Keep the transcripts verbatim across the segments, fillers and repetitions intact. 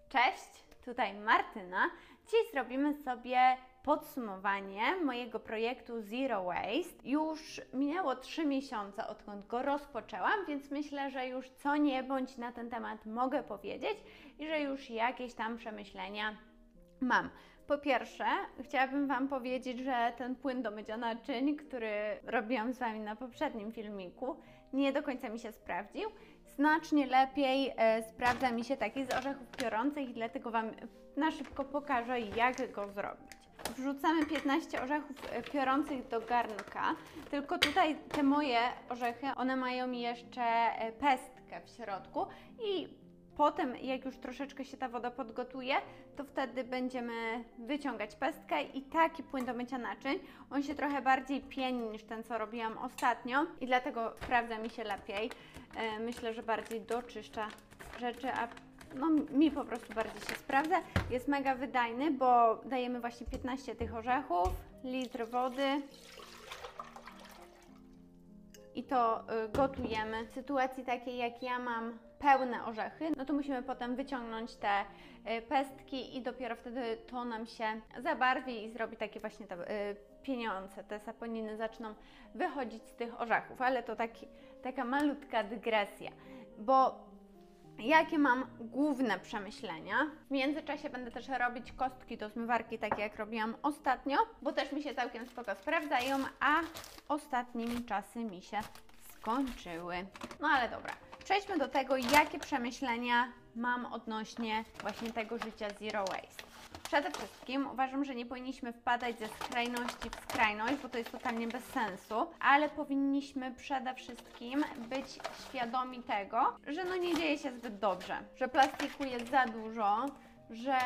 Cześć, tutaj Martyna. Dziś zrobimy sobie podsumowanie mojego projektu Zero Waste. Już minęło trzy miesiące, odkąd go rozpoczęłam, więc myślę, że już co nie bądź na ten temat mogę powiedzieć i że już jakieś tam przemyślenia mam. Po pierwsze, chciałabym Wam powiedzieć, że ten płyn do mycia naczyń, który robiłam z Wami na poprzednim filmiku, nie do końca mi się sprawdził. Znacznie lepiej e, sprawdza mi się taki z orzechów piorących i dlatego Wam na szybko pokażę, jak go zrobić. Wrzucamy piętnaście orzechów piorących do garnka, tylko tutaj te moje orzechy, one mają jeszcze pestkę w środku i potem, jak już troszeczkę się ta woda podgotuje, to wtedy będziemy wyciągać pestkę i taki płyn do mycia naczyń, on się trochę bardziej pieni niż ten, co robiłam ostatnio i dlatego sprawdza mi się lepiej. Myślę, że bardziej doczyszcza rzeczy, a no, mi po prostu bardziej się sprawdza. Jest mega wydajny, bo dajemy właśnie piętnaście tych orzechów, litr wody i to y, gotujemy. W sytuacji takiej, jak ja mam pełne orzechy, no to musimy potem wyciągnąć te y, pestki i dopiero wtedy to nam się zabarwi i zrobi takie właśnie te y, pieniądze, te saponiny zaczną wychodzić z tych orzechów, ale to taki, taka malutka dygresja, bo jakie mam główne przemyślenia? W międzyczasie będę też robić kostki do zmywarki, takie jak robiłam ostatnio, bo też mi się całkiem spoko sprawdzają, a ostatnimi czasy mi się skończyły. No ale dobra, przejdźmy do tego, jakie przemyślenia mam odnośnie właśnie tego życia Zero Waste. Przede wszystkim uważam, że nie powinniśmy wpadać ze skrajności w skrajność, bo to jest totalnie bez sensu, ale powinniśmy przede wszystkim być świadomi tego, że no nie dzieje się zbyt dobrze, że plastiku jest za dużo, że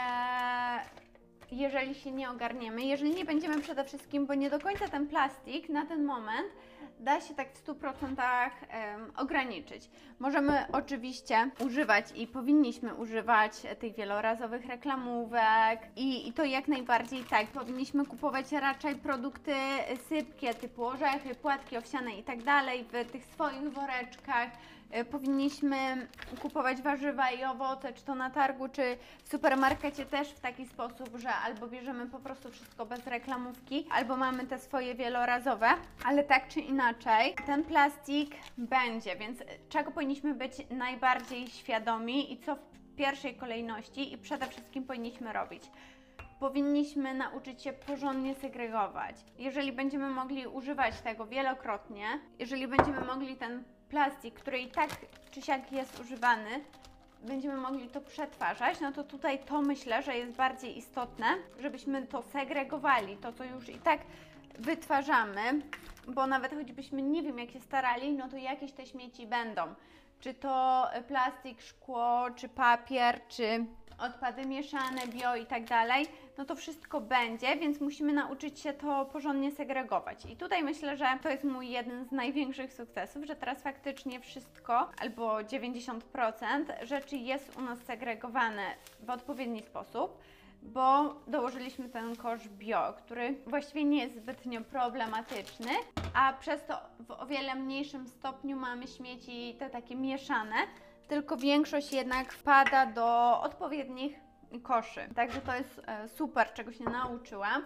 jeżeli się nie ogarniemy, jeżeli nie będziemy przede wszystkim, bo nie do końca ten plastik na ten moment da się tak w stu procentach um, ograniczyć. Możemy oczywiście używać i powinniśmy używać tych wielorazowych reklamówek i, i to jak najbardziej tak. Powinniśmy kupować raczej produkty sypkie typu orzechy, płatki owsiane i tak dalej w tych swoich woreczkach. Powinniśmy kupować warzywa i owoce, czy to na targu, czy w supermarkecie też w taki sposób, że albo bierzemy po prostu wszystko bez reklamówki, albo mamy te swoje wielorazowe, ale tak czy inaczej ten plastik będzie, więc czego powinniśmy być najbardziej świadomi i co w pierwszej kolejności i przede wszystkim powinniśmy robić? Powinniśmy nauczyć się porządnie segregować. Jeżeli będziemy mogli używać tego wielokrotnie, jeżeli będziemy mogli ten plastik, który i tak czy siak jest używany, będziemy mogli to przetwarzać, no to tutaj to myślę, że jest bardziej istotne, żebyśmy to segregowali, to co już i tak wytwarzamy, bo nawet choćbyśmy nie wiem jak się starali, no to jakieś te śmieci będą. Czy to plastik, szkło, czy papier, czy odpady mieszane, bio i tak dalej, no to wszystko będzie, więc musimy nauczyć się to porządnie segregować. I tutaj myślę, że to jest mój jeden z największych sukcesów, że teraz faktycznie wszystko, albo dziewięćdziesiąt procent rzeczy jest u nas segregowane w odpowiedni sposób, bo dołożyliśmy ten kosz bio, który właściwie nie jest zbytnio problematyczny, a przez to w o wiele mniejszym stopniu mamy śmieci te takie mieszane, tylko większość jednak wpada do odpowiednich koszy. Także to jest super, czego się nauczyłam.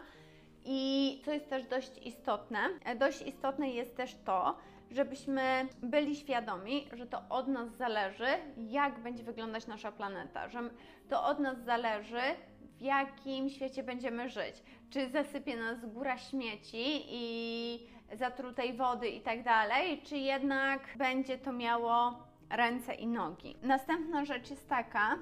I co jest też dość istotne, dość istotne jest też to, żebyśmy byli świadomi, że to od nas zależy, jak będzie wyglądać nasza planeta, że to od nas zależy, w jakim świecie będziemy żyć. Czy zasypie nas góra śmieci i zatrutej wody i tak dalej, czy jednak będzie to miało ręce i nogi. Następna rzecz jest taka,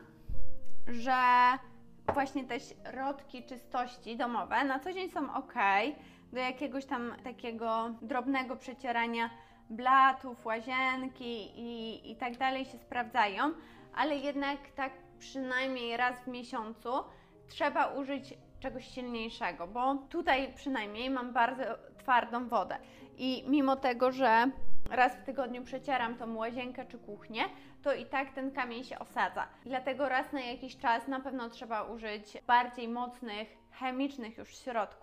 że właśnie te środki czystości domowe na co dzień są ok, do jakiegoś tam takiego drobnego przecierania blatów, łazienki i, i tak dalej się sprawdzają, ale jednak tak przynajmniej raz w miesiącu trzeba użyć czegoś silniejszego, bo tutaj przynajmniej mam bardzo twardą wodę i mimo tego, że raz w tygodniu przecieram tą łazienkę czy kuchnię, to i tak ten kamień się osadza. Dlatego raz na jakiś czas na pewno trzeba użyć bardziej mocnych, chemicznych już środków,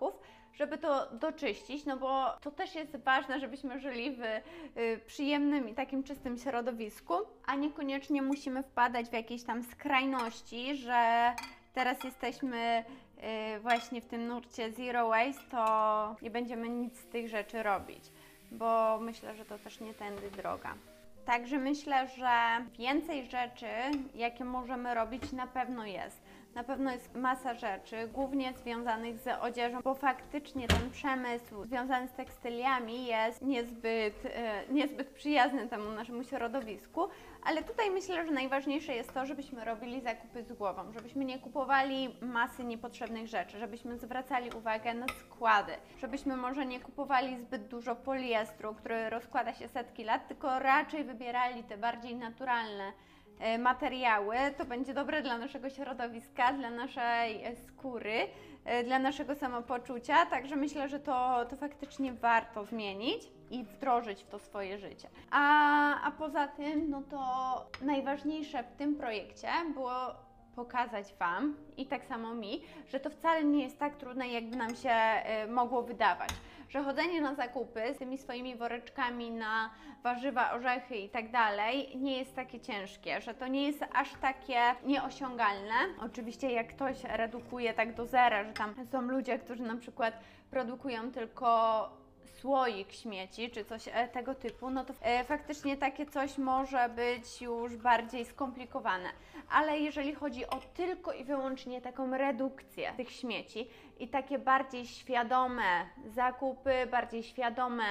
żeby to doczyścić, no bo to też jest ważne, żebyśmy żyli w y, przyjemnym i takim czystym środowisku, a niekoniecznie musimy wpadać w jakieś tam skrajności, że teraz jesteśmy y, właśnie w tym nurcie Zero Waste, to nie będziemy nic z tych rzeczy robić, bo myślę, że to też nie tędy droga. Także myślę, że więcej rzeczy, jakie możemy robić, na pewno jest. Na pewno jest masa rzeczy, głównie związanych z odzieżą, bo faktycznie ten przemysł związany z tekstyliami jest niezbyt, e, niezbyt przyjazny temu naszemu środowisku, ale tutaj myślę, że najważniejsze jest to, żebyśmy robili zakupy z głową, żebyśmy nie kupowali masy niepotrzebnych rzeczy, żebyśmy zwracali uwagę na składy, żebyśmy może nie kupowali zbyt dużo poliestru, który rozkłada się setki lat, tylko raczej wybierali te bardziej naturalne materiały. To będzie dobre dla naszego środowiska, dla naszej skóry, dla naszego samopoczucia, także myślę, że to, to faktycznie warto zmienić i wdrożyć w to swoje życie. A, a poza tym, no to najważniejsze w tym projekcie było pokazać Wam i tak samo mi, że to wcale nie jest tak trudne, jakby nam się y, mogło wydawać. Że chodzenie na zakupy z tymi swoimi woreczkami na warzywa, orzechy i tak dalej nie jest takie ciężkie, że to nie jest aż takie nieosiągalne. Oczywiście jak ktoś redukuje tak do zera, że tam są ludzie, którzy na przykład produkują tylko słoik śmieci, czy coś tego typu, no to e, faktycznie takie coś może być już bardziej skomplikowane. Ale jeżeli chodzi o tylko i wyłącznie taką redukcję tych śmieci i takie bardziej świadome zakupy, bardziej świadome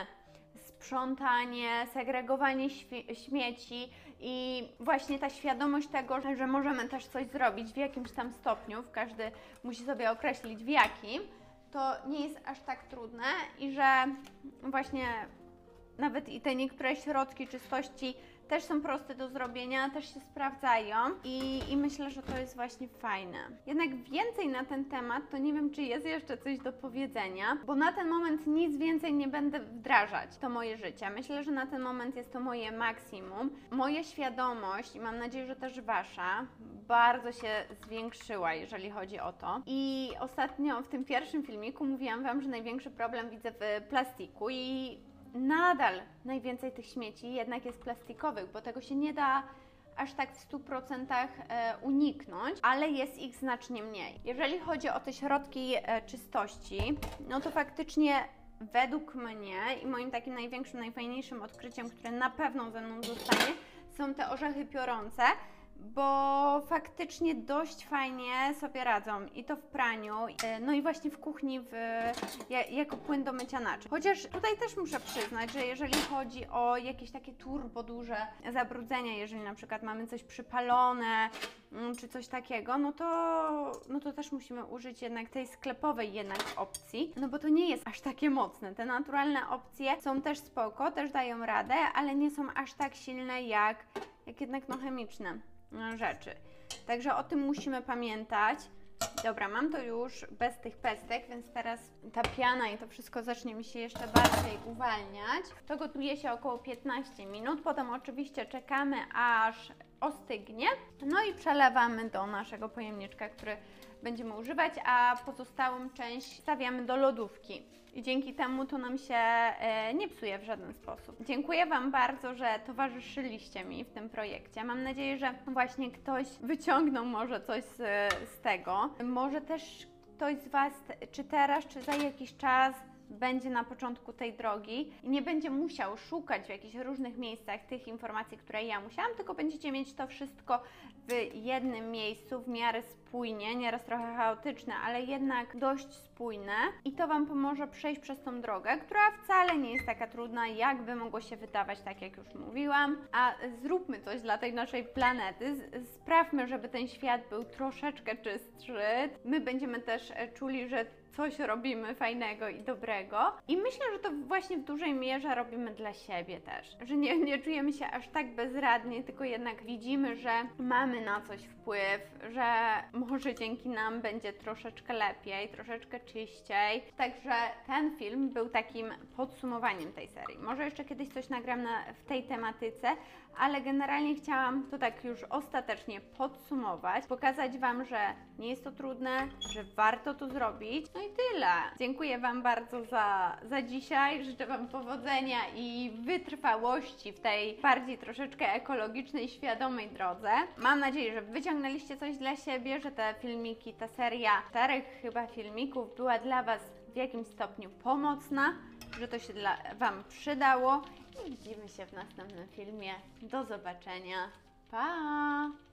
sprzątanie, segregowanie śmieci i właśnie ta świadomość tego, że możemy też coś zrobić w jakimś tam stopniu, każdy musi sobie określić w jakim, to nie jest aż tak trudne i że właśnie nawet i te niektóre środki czystości też są proste do zrobienia, też się sprawdzają i, i myślę, że to jest właśnie fajne. Jednak więcej na ten temat, to nie wiem, czy jest jeszcze coś do powiedzenia, bo na ten moment nic więcej nie będę wdrażać. To moje życie. Myślę, że na ten moment jest to moje maksimum. Moja świadomość, i mam nadzieję, że też Wasza, bardzo się zwiększyła, jeżeli chodzi o to. I ostatnio w tym pierwszym filmiku mówiłam Wam, że największy problem widzę w plastiku i nadal najwięcej tych śmieci jednak jest plastikowych, bo tego się nie da aż tak w stu procentach e, uniknąć, ale jest ich znacznie mniej. Jeżeli chodzi o te środki e, czystości, no to faktycznie według mnie i moim takim największym, najfajniejszym odkryciem, które na pewno ze mną zostanie, są te orzechy piorące, bo faktycznie dość fajnie sobie radzą i to w praniu, no i właśnie w kuchni w, jako płyn do mycia naczyń. Chociaż tutaj też muszę przyznać, że jeżeli chodzi o jakieś takie turbo duże zabrudzenia, jeżeli na przykład mamy coś przypalone czy coś takiego, no to, no to też musimy użyć jednak tej sklepowej jednak opcji, no bo to nie jest aż takie mocne. Te naturalne opcje są też spoko, też dają radę, ale nie są aż tak silne jak, jak jednak no chemiczne rzeczy. Także o tym musimy pamiętać. Dobra, mam to już bez tych pestek, więc teraz ta piana i to wszystko zacznie mi się jeszcze bardziej uwalniać. To gotuje się około piętnaście minut, potem oczywiście czekamy aż ostygnie, no i przelewamy do naszego pojemniczka, który będziemy używać, a pozostałą część stawiamy do lodówki. I dzięki temu to nam się e, nie psuje w żaden sposób. Dziękuję Wam bardzo, że towarzyszyliście mi w tym projekcie. Mam nadzieję, że właśnie ktoś wyciągnął może coś z, z tego. Może też ktoś z Was, czy teraz, czy za jakiś czas, będzie na początku tej drogi i nie będzie musiał szukać w jakichś różnych miejscach tych informacji, które ja musiałam, tylko będziecie mieć to wszystko w jednym miejscu, w miarę spójnie, nieraz trochę chaotyczne, ale jednak dość spójne i to Wam pomoże przejść przez tą drogę, która wcale nie jest taka trudna, jakby mogło się wydawać, tak jak już mówiłam. A zróbmy coś dla tej naszej planety, sprawmy, żeby ten świat był troszeczkę czystszy. My będziemy też czuli, że coś robimy fajnego i dobrego. I myślę, że to właśnie w dużej mierze robimy dla siebie też. Że nie, nie czujemy się aż tak bezradnie, tylko jednak widzimy, że mamy na coś wpływ, że może dzięki nam będzie troszeczkę lepiej, troszeczkę czyściej. Także ten film był takim podsumowaniem tej serii. Może jeszcze kiedyś coś nagram na, w tej tematyce, ale generalnie chciałam to tak już ostatecznie podsumować, pokazać Wam, że nie jest to trudne, że warto to zrobić. No i tyle. Dziękuję Wam bardzo za, za dzisiaj. Życzę Wam powodzenia i wytrwałości w tej bardziej troszeczkę ekologicznej, świadomej drodze. Mam nadzieję, że wyciągnęliście coś dla siebie, że te filmiki, ta seria czterech chyba filmików była dla Was w jakimś stopniu pomocna, że to się dla Wam przydało i widzimy się w następnym filmie. Do zobaczenia. Pa!